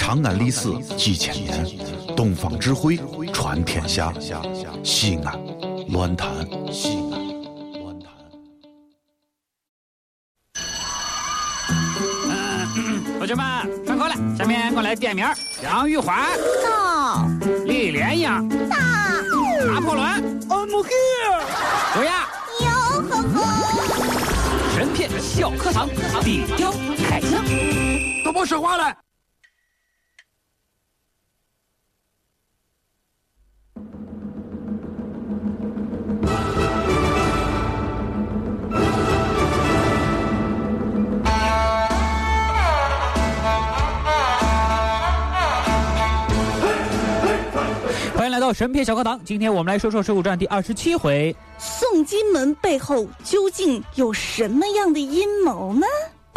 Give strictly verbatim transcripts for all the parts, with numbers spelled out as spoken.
长安历史几千年，东方智慧传天下。西安乱谈西安。 同学们上课了，下面我来点名：杨玉环到， 李莲英到， 拿破仑 I'm here， 卓雅哟呵呵， 神片小课堂，底雕开箱， 都别说话了。 到神片小课堂，今天我们来说说《水浒传》第二十七回。 宋金门背后究竟有什么样的阴谋呢？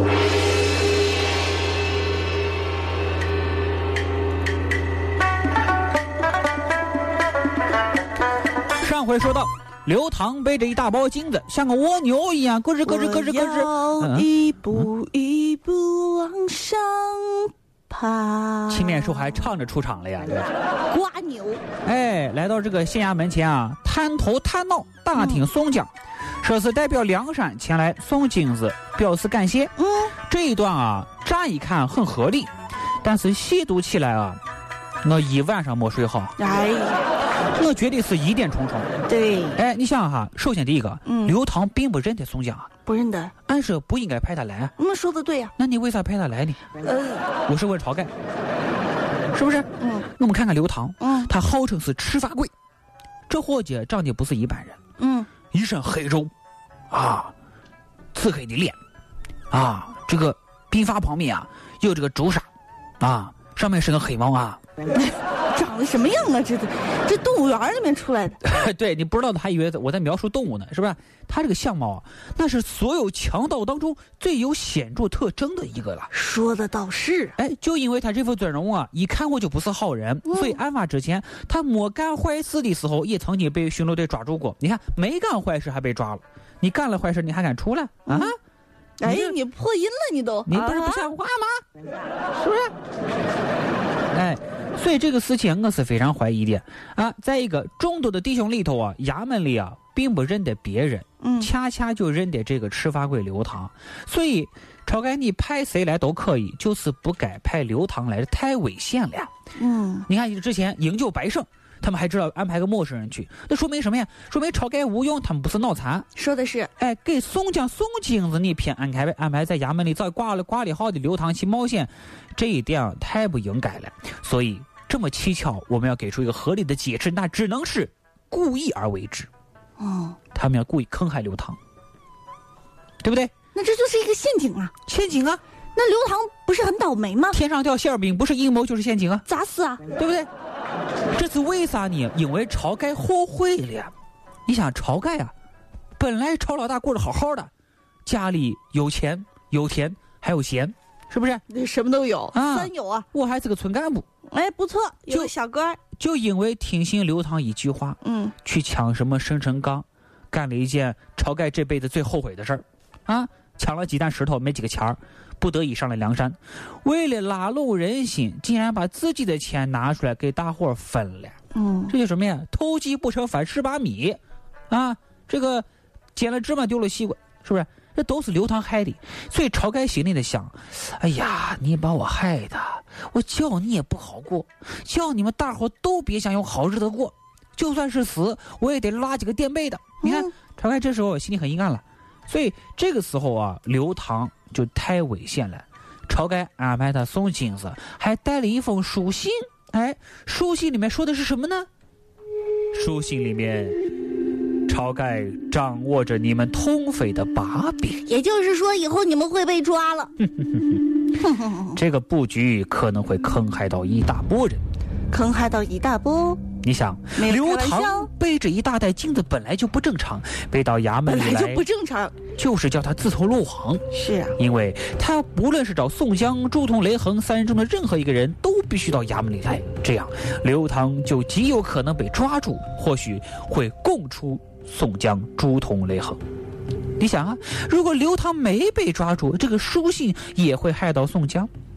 上回说到，刘唐背着一大包金子，像个蜗牛一样，咯吱咯吱咯吱咯吱， 一步一步往上爬。 青面兽还唱着出场了呀，对吧？ 瓜牛。 哎，来到这个县衙门前啊，滩头滩闹，大庭宋江，说是代表梁山前来送金子，表示感谢。 嗯， 这一段啊，乍一看很合理，但是细读起来啊，我一晚上没睡好。 哎， 我觉得是疑点重重。 对， 哎，你想想哈，首先第一个，嗯、刘唐并不认得宋江啊， 不认得， 按说不应该派他来啊。 那、嗯、说的对呀、啊， 那你为啥派他来呢？ 呃， 我是问晁盖，是不是？ 嗯， 那我们看看刘唐， 嗯， 他号称是赤发鬼，这伙计长得不是一般人， 嗯， 一身黑肉，啊，紫黑的脸，啊，这个鬓发旁边啊有这个朱砂，啊，上面是个黑毛啊。 长得什么样啊？这这动物园里面出来的。 对，你不知道的还以为我在描述动物呢，是不是？他这个相貌啊，那是所有强盗当中最有显著特征的一个了。 说的倒是。 哎，就因为他这副尊容啊，一看我就不是好人，嗯、所以案发之前他没干坏事的时候，也曾经被巡逻队抓住过。你看，没干坏事还被抓了，你干了坏事你还敢出来啊？嗯、 哎，你破音了，你都， 你不是不像话吗？是不是？哎。所以这个事情我是非常怀疑的啊！再一个，众多的弟兄里头啊，衙门里啊，并不认得别人， 嗯， 恰恰就认得这个赤发鬼刘唐。所以晁盖你派谁来都可以，就是不该派刘唐来的，太危险了。 嗯， 你看之前营救白胜，他们还知道安排个陌生人去，那说明什么呀？说明晁盖无用，他们不是脑残。 说的是， 哎，给宋江送金子，你偏安排安排在衙门里早挂了挂了号的刘唐去冒险，这一点啊太不应该了。所以这么蹊跷，我们要给出一个合理的解释，那只能是故意而为之。 哦， 他们要故意坑害刘唐，对不对？ 那这就是一个陷阱啊！ 陷阱啊！ 那刘唐不是很倒霉吗？ 天上掉馅饼，不是阴谋就是陷阱啊！ 砸死啊！ 对不对？这是为啥呢？因为晁盖后悔了。你想晁盖啊，本来晁老大过得好好的，家里有钱有田还有闲，是不是？ 什么都有啊，三有啊！ 我还是个村干部， 哎，不错，有个小官。 就因为听信刘唐一句话， 嗯， 去抢什么生辰纲，干了一件晁盖这辈子最后悔的事儿，啊，抢了几担石头，没几个钱儿，不得已上了梁山，为了拉拢人心，竟然把自己的钱拿出来给大伙分了。 嗯， 这叫什么呀？偷鸡不成反蚀把米，啊，这个捡了芝麻丢了西瓜，是不是？这都是刘唐害的，所以晁盖心里的想，哎呀，你把我害的，我叫你也不好过，叫你们大伙都别想有好日子过，就算是死，我也得拉几个垫背的。你看，晁盖这时候心里很阴暗了，所以这个时候啊，刘唐就太危险了。晁盖安排他送金子，还带了一封书信。哎，书信里面说的是什么呢？书信里面，晁盖掌握着你们通匪的把柄， 也就是说，以后你们会被抓了。 这个布局可能会坑害到一大波人， 坑害到一大波。 你想，刘唐背着一大袋金子本来就不正常，背到衙门里来本来就不正常， 就是叫他自投罗网。 是啊， 因为他不论是找宋江、朱仝、雷横三人中的任何一个人，都必须到衙门里来，这样刘唐就极有可能被抓住，或许会供出宋江、朱仝、雷横。你想啊，如果刘唐没被抓住，这个书信也会害到宋江，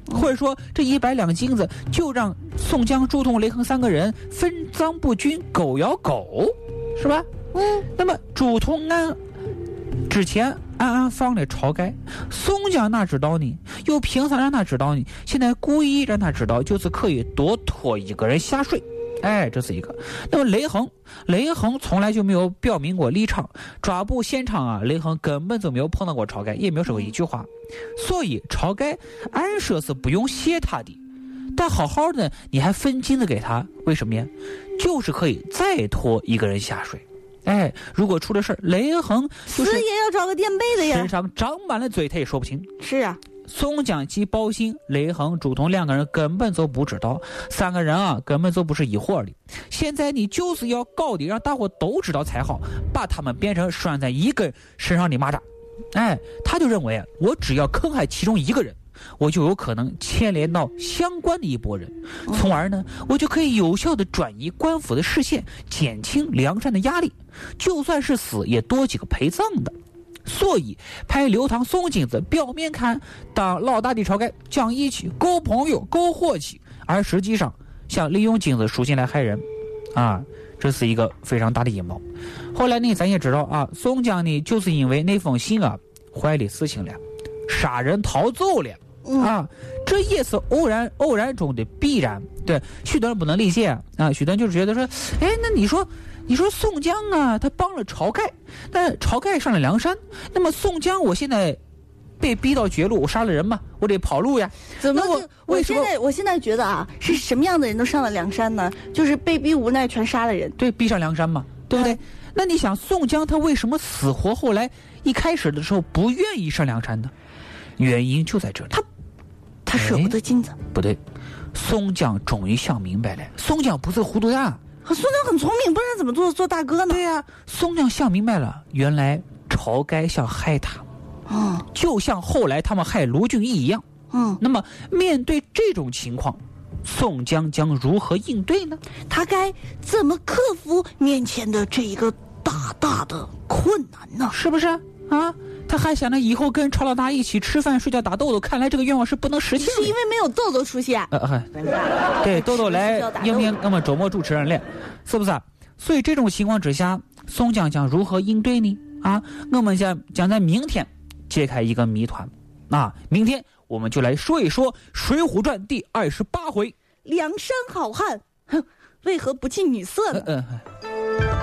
或者说这一百两金子就让宋江、朱仝、雷横三个人分赃不均，狗咬狗，是吧？ 嗯， 那么朱仝安之前安安放的晁盖，宋江哪知道呢？又凭啥让他知道呢？现在故意让他知道，就是可以多拖一个人下水。哎，这是一个。那么雷横，雷横从来就没有表明过立场，抓捕现场啊，雷横根本就没有碰到过晁盖，也没有说过一句话。所以晁盖按说是不用谢他的，但好好的你还分金子给他，为什么呀？就是可以再拖一个人下水。哎，如果出了事儿，雷横就是死也要找个垫背的呀， 身上长满了嘴，他也说不清。 是啊， 宋江及包兴、雷横、朱仝两个人根本就不知道，三个人啊根本就不是一伙的。现在你就是要搞的让大伙都知道才好，把他们变成拴在一根身上的蚂蚱。哎，他就认为我只要坑害其中一个人，我就有可能牵连到相关的一拨人，从而呢，我就可以有效的转移官府的视线，减轻梁山的压力，就算是死也多几个陪葬的。所以派刘唐、宋金子表面看当老大的晁盖讲义气、够朋友、够伙计，而实际上想利用金子赎金来害人，啊，这是一个非常大的阴谋。后来呢，咱也知道啊，宋江呢就是因为那封信啊坏了事情了，杀人逃走了。啊，这也是偶然偶然中的必然。对，许多人不能理解啊，许多人就觉得说，哎，那你说，你说宋江啊，他帮了晁盖，那晁盖上了梁山，那么宋江我现在被逼到绝路，我杀了人嘛，我得跑路呀。 怎么我我现在我现在觉得啊，是什么样的人都上了梁山呢？就是被逼无奈全杀了人， 对，逼上梁山嘛，对不对？嗯、那你想，宋江他为什么死活后来一开始的时候不愿意上梁山呢？原因就在这里。 他他舍不得金子、 哎、不对，宋江终于想明白了，宋江不是糊涂蛋， 宋江很聪明，不然怎么做做大哥呢？ 对呀、啊，宋江想明白了，原来晁盖想害他， 嗯， 就像后来他们害卢俊义一样， 嗯。 那么面对这种情况，宋江将如何应对呢？ 他该怎么克服面前的这一个大大的困难呢？ 是不是啊？他还想着以后跟晁老大一起吃饭、睡觉、打豆豆，看来这个愿望是不能实现的。 是因为没有豆豆出现。 呃，对，豆豆来应聘我们周末主持人了，是不是啊？所以这种情况之下，宋江将如何应对呢？啊，我们将将在明天揭开一个谜团。啊，明天我们就来说一说《水浒传》第二十八回： 梁山好汉，哼，为何不近女色呢？ 呃呃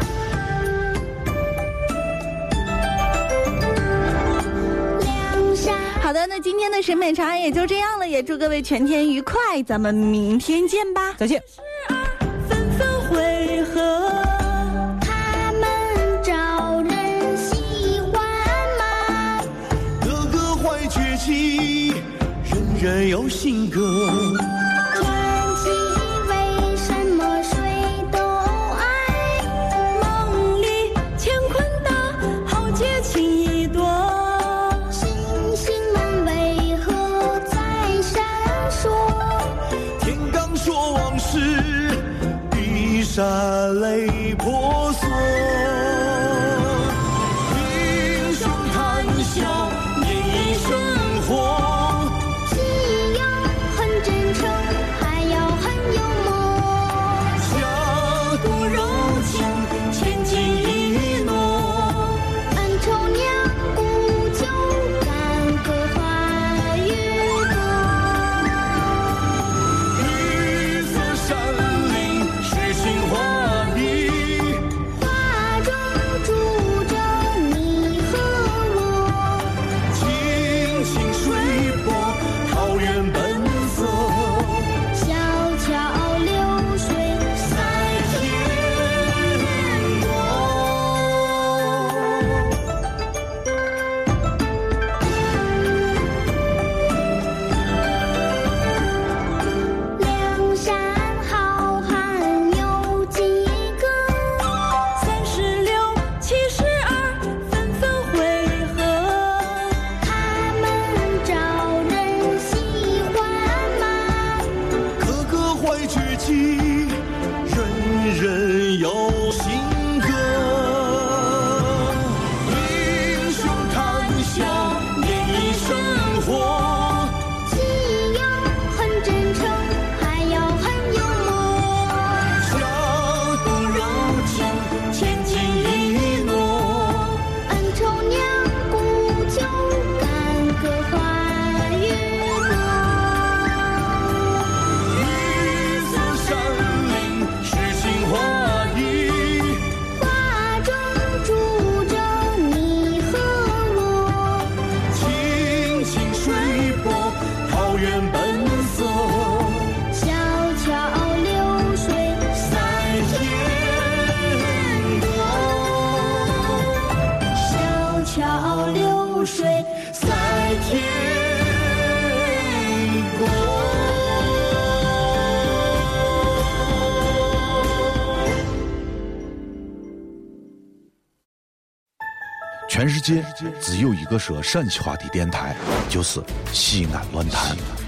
好的，那今天的审美茶也就这样了，也祝各位全天愉快，咱们明天见吧， 再见。 分分回合， 他们招人喜欢吗？ 个个怀绝技，人人有性格。 传奇为什么谁都爱？ 梦里乾坤大，豪杰情意多。 山泪婆娑，英雄谈笑演绎生活， 既要很真诚，还要很幽默， 侠骨柔情，千金一诺， 恩仇娘古旧干戈花雨多， 绿色山林水性画笔， 画色， 小桥流水在天国， 小桥流水在天国。 全世界只有一个说陕西话的电台，就是西安论坛。